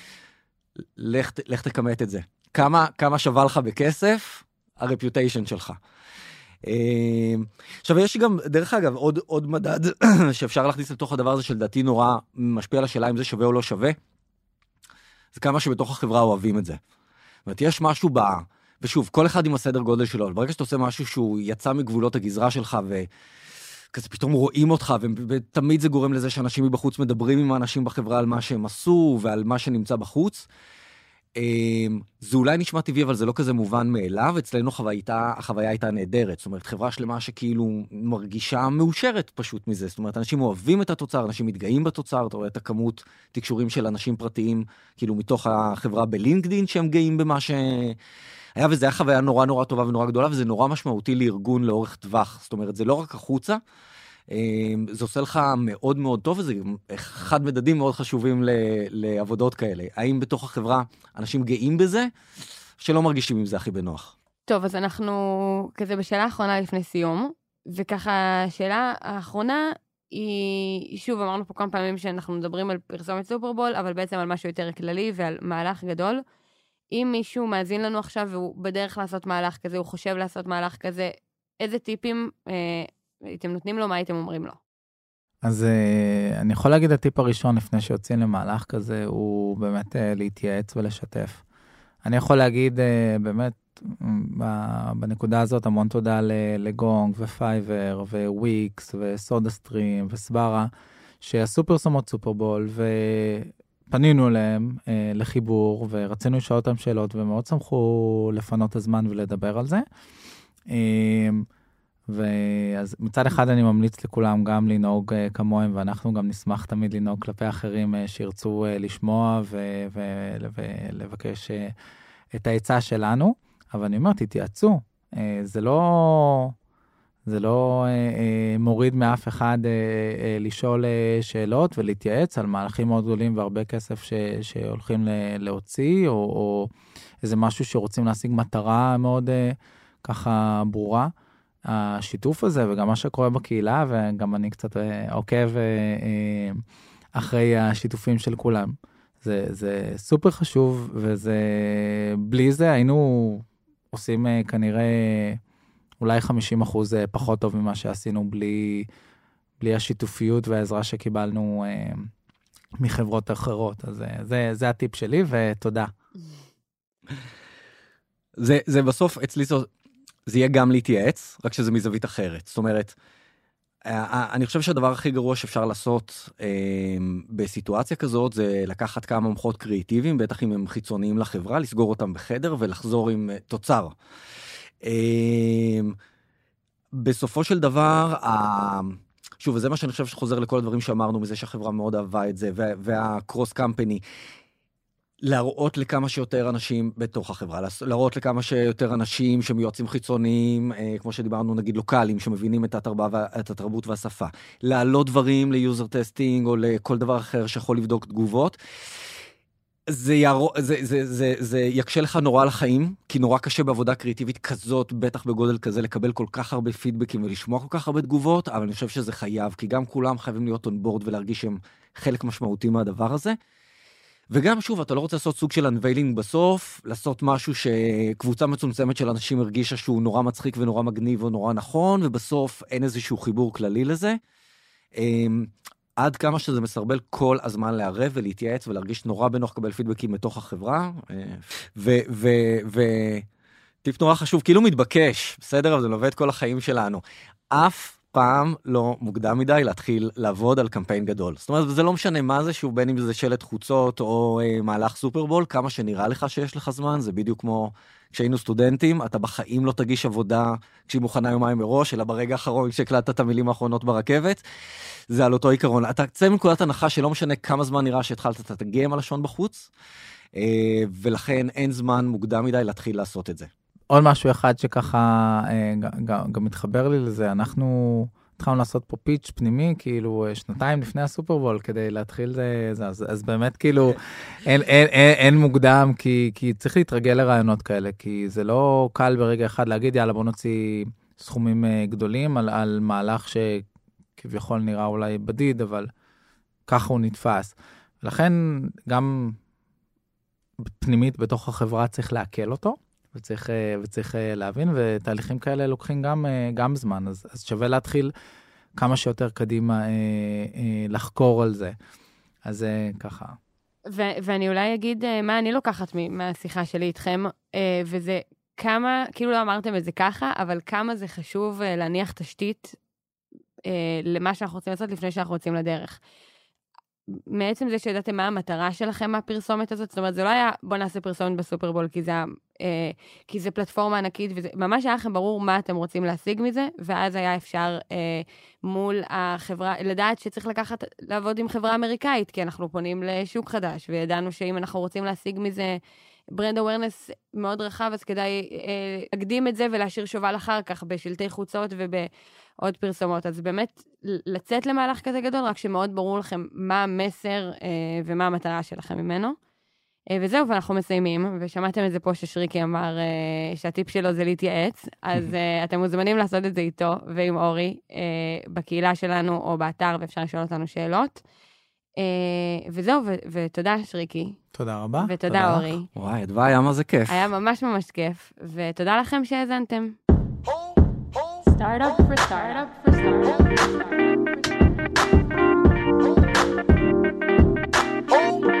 לך תקמת את זה. כמה שווה לך בכסף? הרפיוטיישן שלך. עכשיו, יש גם, דרך אגב, עוד מדד שאפשר להכניס לתוך הדבר הזה, שלדעתי נורא משפיע על השאלה אם זה שווה או לא שווה. זה כמה שבתוך החברה אוהבים את זה. זאת אומרת, יש משהו ושוב, כל אחד עם הסדר גודל שלו, אבל ברגע שאתה עושה משהו שהוא יצא מגבולות הגזרה שלך, וכזה פתאום רואים אותך, ותמיד זה גורם לזה שאנשים מבחוץ מדברים עם האנשים בחברה על מה שהם עשו, ועל מה שנמצא בחוץ. זה אולי נשמע טבעי, אבל זה לא כזה מובן מאליו. אצלנו החוויה הייתה נהדרת. זאת אומרת, חברה שלמה שכאילו מרגישה מאושרת פשוט מזה. זאת אומרת, אנשים אוהבים את התוצר, אנשים מתגאים בתוצר, אתה רואה את הכמות תקשורים של אנשים פרטיים, כאילו מתוך החברה בלינקדין, שהם גאים במה היה, וזה היה חוויה נורא נורא טובה ונורא גדולה, וזה נורא משמעותי לארגון לאורך טווח. זאת אומרת, זה לא רק החוצה, זה עושה לך מאוד מאוד טוב, וזה אחד מדדים מאוד חשובים לעבודות כאלה. האם בתוך החברה אנשים גאים בזה, שלא מרגישים עם זה הכי בנוח? טוב, אז אנחנו כזה בשאלה האחרונה לפני סיום, וככה השאלה האחרונה היא, שוב אמרנו פה כמה פעמים שאנחנו מדברים על פרסומת סופרבול, אבל בעצם על משהו יותר כללי ועל מהלך גדול. אם מישהו מאזין לנו עכשיו והוא בדרך לעשות מהלך כזה, הוא חושב לעשות מהלך כזה, איזה טיפים אתם נותנים לו, מה הייתם אומרים לו? אז אני יכול להגיד הטיפ הראשון לפני שיוצאים למהלך כזה, הוא באמת להתייעץ ולשתף. אני יכול להגיד באמת, בנקודה הזאת המון תודה לגונג ופייבר וויקס וסודה סטרים וסברה, שעשו פרסומות סופרבול ופנינו אליהם לחיבור ורצינו לשאול אותם שאלות ומאוד שמחו לפנות הזמן ולדבר על זה. ואז מצד אחד אני ממליץ לכולם גם לנהוג כמוהם, ואנחנו גם נשמח תמיד לנהוג כלפי אחרים שירצו לשמוע ולבקש את העצה שלנו. אבל אני אומר, תתייעצו. זה לא מוריד מאף אחד לשאול שאלות ולהתייעץ על מהלכים מאוד גדולים והרבה כסף שהולכים להוציא, או איזה משהו שרוצים להשיג מטרה מאוד ככה ברורה. השיתוף הזה וגם מה שקורה בקהילה, וגם אני קצת עוקב אחרי השיתופים של כולם. זה סופר חשוב, וזה, בלי זה היינו עושים כנראה אולי 50% פחות טוב ממה שעשינו בלי השיתופיות והעזרה שקיבלנו מחברות אחרות. אז זה הטיפ שלי, ותודה. זה בסוף אצלי זה יהיה גם להתייעץ, רק שזה מזווית אחרת. זאת אומרת, אני חושב שהדבר הכי גרוע שאפשר לעשות בסיטואציה כזאת, זה לקחת כמה מומחות קריאיטיביים, בטח אם הם חיצוניים לחברה, לסגור אותם בחדר ולחזור עם תוצר. בסופו של דבר, שוב, וזה מה שאני חושב שחוזר לכל הדברים שאמרנו, מזה שהחברה מאוד אהבה את זה, והקרוס קמפני, להראות לכמה שיותר אנשים בתוך החברה, להראות לכמה שיותר אנשים שמיועצים חיצוניים, כמו שדיברנו, נגיד לוקלים, שמבינים את התרבות והשפה, להעלות דברים ליוזר טסטינג, או לכל דבר אחר שיכול לבדוק תגובות. זה יקשה לך נורא לחיים, כי נורא קשה בעבודה קריאטיבית כזאת, בטח בגודל כזה, לקבל כל כך הרבה פידבקים ולשמוע כל כך הרבה תגובות, אבל אני חושב שזה חייב, כי גם כולם חייבים להיות on board ולהרגיש שהם חלק משמעותי מהדבר הזה. וגם שוב, אתה לא רוצה לעשות סוג של unveiling בסוף, לעשות משהו שקבוצה מצומצמת של אנשים הרגישה שהוא נורא מצחיק ונורא מגניב ונורא נכון, ובסוף אין איזשהו חיבור כללי לזה. עד כמה שזה מסרבל כל הזמן לערב ולהתייעץ ולהרגיש נורא בנוח לקבל פידבקים מתוך החברה. וטיפ נורא חשוב, כאילו מתבקש, בסדר? אבל זה לובד כל החיים שלנו. אף פעם לא מוקדם מדי להתחיל לעבוד על קמפיין גדול. זאת אומרת, זה לא משנה מה זה, שהוא בין אם זה שלט חוצות או מהלך סופרבול, כמה שנראה לך שיש לך זמן, זה בדיוק כמו כשהיינו סטודנטים, אתה בחיים לא תגיש עבודה כשהיא מוכנה יומיים מראש, אלא ברגע האחרון כשהקלטת את המילים האחרונות ברכבת, זה על אותו עיקרון. אתה צא מנקודת הנחה שלא משנה כמה זמן נראה שהתחלת, אתה תגיע עם הלשון בחוץ, ולכן אין זמן מוקדם מדי להתחיל לעשות את זה. עוד משהו אחד שככה גם מתחבר לי לזה, אנחנו התחלנו לעשות פה פיץ' פנימי, כאילו 2 לפני הסופרבול, כדי להתחיל זה, אז באמת כאילו אין מוקדם, כי צריך להתרגל לרעיונות כאלה, כי זה לא קל ברגע אחד להגיד, יאללה בוא נוציא סכומים גדולים על מהלך שכביכול נראה אולי בדיד, אבל ככה הוא נתפס. לכן גם פנימית בתוך החברה צריך להקל אותו, וצריך להבין, ותהליכים כאלה לוקחים גם זמן, אז שווה להתחיל כמה שיותר קדימה לחקור על זה. אז ככה. ואני אולי אגיד מה אני לוקחת מהשיחה שלי איתכם, וזה כמה, כאילו לא אמרתם את זה ככה, אבל כמה זה חשוב להניח תשתית למה שאנחנו רוצים לעשות לפני שאנחנו רוצים לדרך. מעצם זה שידעתם מה המטרה שלכם מהפרסומת הזאת, זאת אומרת, זה לא היה בוא נעשה פרסומת בסופרבול, כי זה פלטפורמה ענקית, וממש היה לכם ברור מה אתם רוצים להשיג מזה, ואז היה אפשר מול החברה, לדעת שצריך לעבוד עם חברה אמריקאית, כי אנחנו פונים לשוק חדש, וידענו שאם אנחנו רוצים להשיג מזה ברנד אווירנס מאוד רחב, אז כדאי להקדים את זה ולהשאיר שובל אחר כך בשלטי חוצות ובעוד פרסומות. אז באמת לצאת למהלך כזה גדול, רק שמאוד ברור לכם מה המסר ומה המטרה שלכם ממנו. וזהו, ואנחנו מסיימים, ושמעתם את זה פה ששריקי אמר שהטיפ שלו זה להתייעץ, אז אתם מוזמנים לעשות את זה איתו ועם אורי בקהילה שלנו או באתר, ואפשר לשאול אותנו שאלות. וזהו, ותודה שריקי. תודה רבה. ותודה אורי. וואי, אדווה, היה מה זה כיף. היה ממש ממש כיף, ותודה לכם שהאזנתם. Startup for startup for startup for startup for startup.